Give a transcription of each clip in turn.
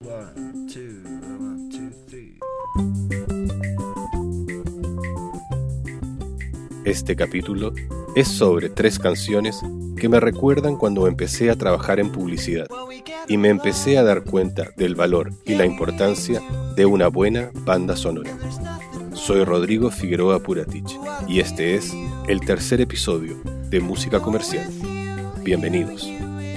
One, two, three. Este capítulo es sobre 3 canciones que me recuerdan cuando empecé a trabajar en publicidad y me empecé a dar cuenta del valor y la importancia de una buena banda sonora. Soy Rodrigo Figueroa Puratich y este es el 3er episodio de Música Comercial. Bienvenidos.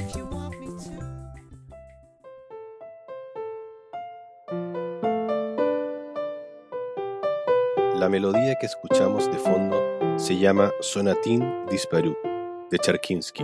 La melodía que escuchamos de fondo se llama Sonatine Disparue de Tchaikovsky.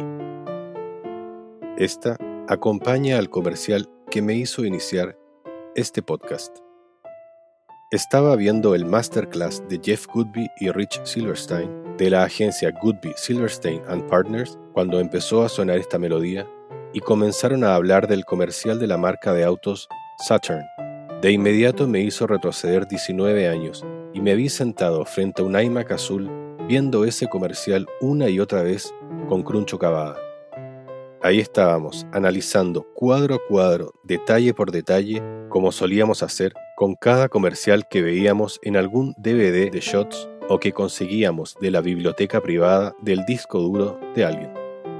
Esta acompaña al comercial que me hizo iniciar este podcast. Estaba viendo el masterclass de Jeff Goodby y Rich Silverstein de la agencia Goodby, Silverstein & Partners cuando empezó a sonar esta melodía y comenzaron a hablar del comercial de la marca de autos Saturn. De inmediato me hizo retroceder 19 años y me vi sentado frente a un iMac azul viendo ese comercial una y otra vez con Cruncho Cavada. Ahí estábamos, analizando cuadro a cuadro, detalle por detalle, como solíamos hacer con cada comercial que veíamos en algún DVD de shots o que conseguíamos de la biblioteca privada del disco duro de alguien.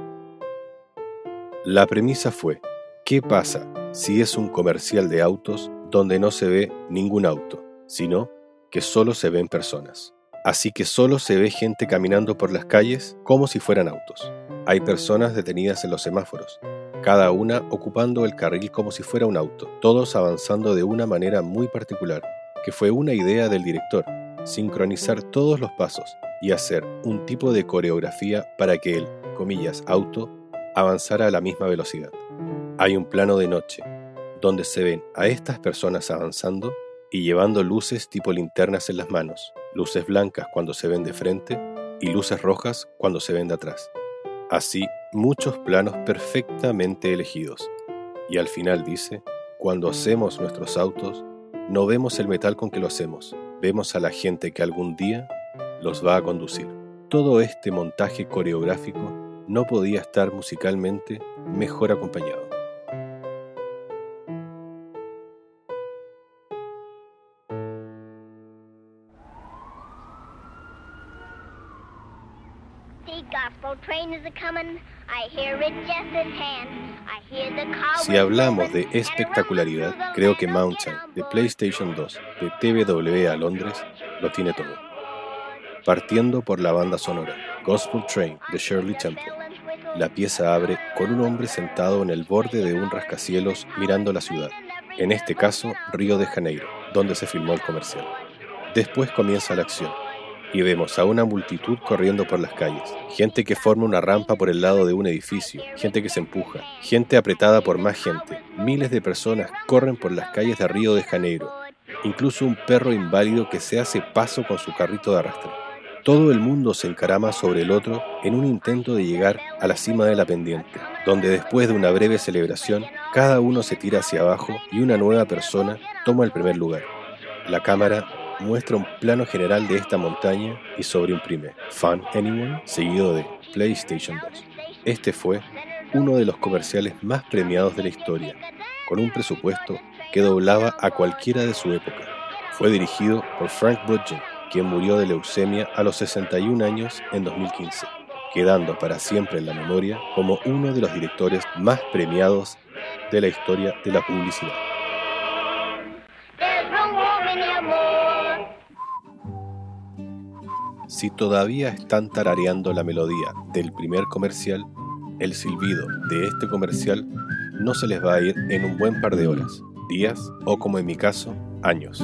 La premisa fue, ¿qué pasa si es un comercial de autos donde no se ve ningún auto, sino que solo se ven personas? Así que solo se ve gente caminando por las calles como si fueran autos. Hay personas detenidas en los semáforos, cada una ocupando el carril como si fuera un auto, todos avanzando de una manera muy particular, que fue una idea del director, sincronizar todos los pasos y hacer un tipo de coreografía para que el, comillas, auto, avanzara a la misma velocidad. Hay un plano de noche, donde se ven a estas personas avanzando y llevando luces tipo linternas en las manos, luces blancas cuando se ven de frente y luces rojas cuando se ven de atrás. Así, muchos planos perfectamente elegidos. Y al final dice, cuando hacemos nuestros autos, no vemos el metal con que lo hacemos, vemos a la gente que algún día los va a conducir. Todo este montaje coreográfico no podía estar musicalmente mejor acompañado. Si hablamos de espectacularidad, creo que Mountain, de PlayStation 2, de TWA Londres, lo tiene todo. Partiendo por la banda sonora, Gospel Train, de Shirley Temple. La pieza abre con un hombre sentado en el borde de un rascacielos mirando la ciudad, en este caso Río de Janeiro, donde se filmó el comercial. Después comienza la acción. Y vemos a una multitud corriendo por las calles, gente que forma una rampa por el lado de un edificio, gente que se empuja, gente apretada por más gente, miles de personas corren por las calles de Río de Janeiro, incluso un perro inválido que se hace paso con su carrito de arrastre. Todo el mundo se encarama sobre el otro en un intento de llegar a la cima de la pendiente, donde después de una breve celebración, cada uno se tira hacia abajo y una nueva persona toma el primer lugar. La cámara muestra un plano general de esta montaña y sobreimprime Fun Anyone seguido de PlayStation 2. Este fue uno de los comerciales más premiados de la historia, con un presupuesto que doblaba a cualquiera de su época. Fue dirigido por Frank Budgen, quien murió de leucemia a los 61 años en 2015, quedando para siempre en la memoria como uno de los directores más premiados de la historia de la publicidad. Si todavía están tarareando la melodía del primer comercial, el silbido de este comercial no se les va a ir en un buen par de horas, días o, como en mi caso, años.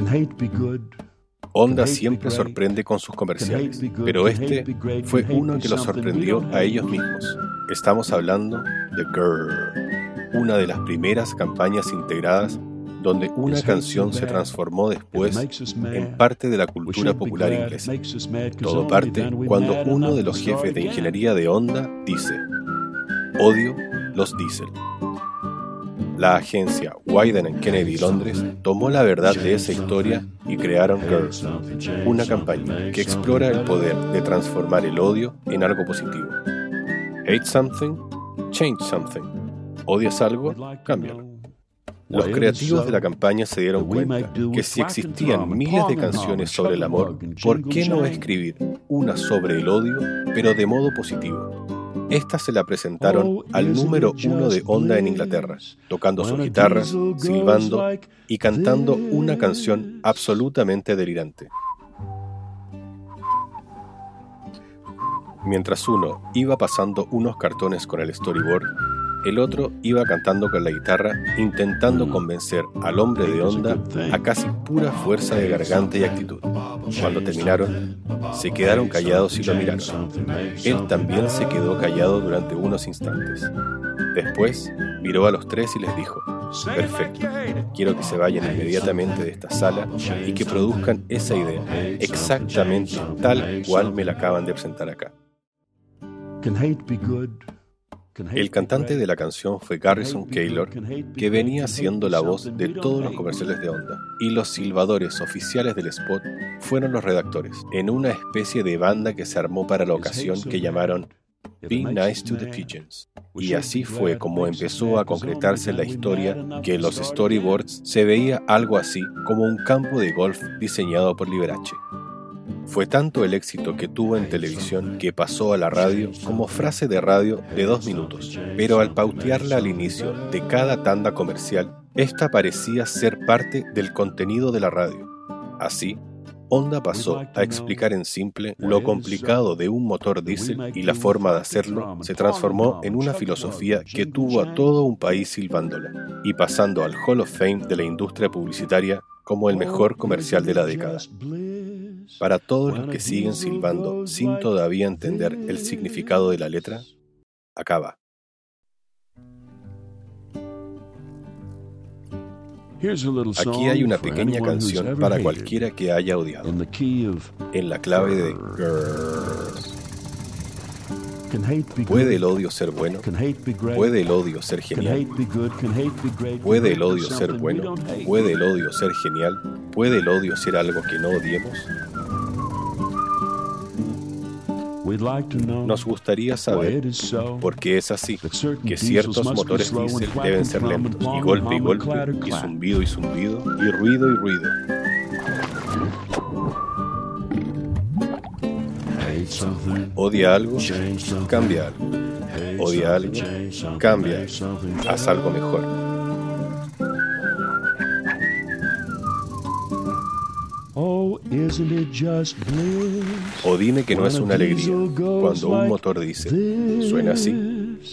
Honda siempre sorprende con sus comerciales, pero este fue uno que los sorprendió a ellos mismos. Estamos hablando de Girl, una de las primeras campañas integradas donde una canción se transformó después en parte de la cultura popular inglesa. Todo parte cuando uno de los jefes de ingeniería de Honda dice: odio los diésel. La agencia Wieden & Kennedy Londres tomó la verdad de esa historia y crearon Girl, una campaña que explora el poder de transformar el odio en algo positivo. Hate something, change something. ¿Odias algo? Cámbialo. Los creativos de la campaña se dieron cuenta que si existían miles de canciones sobre el amor, ¿por qué no escribir una sobre el odio, pero de modo positivo? Esta se la presentaron al número 1 de Onda en Inglaterra, tocando sus guitarras, silbando y cantando una canción absolutamente delirante. Mientras uno iba pasando unos cartones con el storyboard, el otro iba cantando con la guitarra, intentando convencer al hombre de Onda a casi pura fuerza de garganta y actitud. Cuando terminaron, se quedaron callados y lo miraron. Él también se quedó callado durante unos instantes. Después, miró a los tres y les dijo: perfecto, quiero que se vayan inmediatamente de esta sala y que produzcan esa idea, exactamente tal cual me la acaban de presentar acá. El cantante de la canción fue Garrison Keillor, que venía haciendo la voz de todos los comerciales de Onda, y los silbadores oficiales del spot fueron los redactores, en una especie de banda que se armó para la ocasión que llamaron Be Nice to the Pigeons. Y así fue como empezó a concretarse la historia, que en los storyboards se veía algo así como un campo de golf diseñado por Liberace. Fue tanto el éxito que tuvo en televisión que pasó a la radio como frase de radio de 2 minutos, pero al pautearla al inicio de cada tanda comercial, esta parecía ser parte del contenido de la radio. Así, Onda pasó a explicar en simple lo complicado de un motor diésel y la forma de hacerlo se transformó en una filosofía que tuvo a todo un país silbándola y pasando al Hall of Fame de la industria publicitaria como el mejor comercial de la década. Para todos los que siguen silbando sin todavía entender el significado de la letra, acá va. Aquí hay una pequeña canción para cualquiera que haya odiado, en la clave de Girls. ¿Puede el odio ser bueno? ¿Puede el odio ser genial? ¿Puede el odio ser bueno? ¿Puede el odio ser genial? ¿Puede el odio ser algo que no odiemos? Nos gustaría saber por qué es así, que ciertos motores diésel deben ser lentos, y golpe, y zumbido, y zumbido, y ruido, y ruido. Odia algo, cambia algo. Odia algo, cambia algo. Haz algo mejor. O dime que no es una alegría cuando un motor dice, suena así.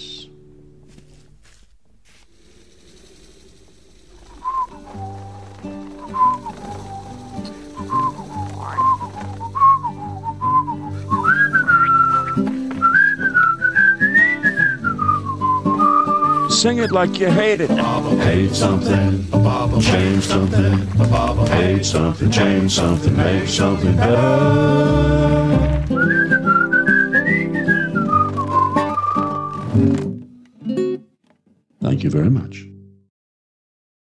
Sing it like you hate it. Hate something, change something, hate something, change something, make something better. Thank you very much.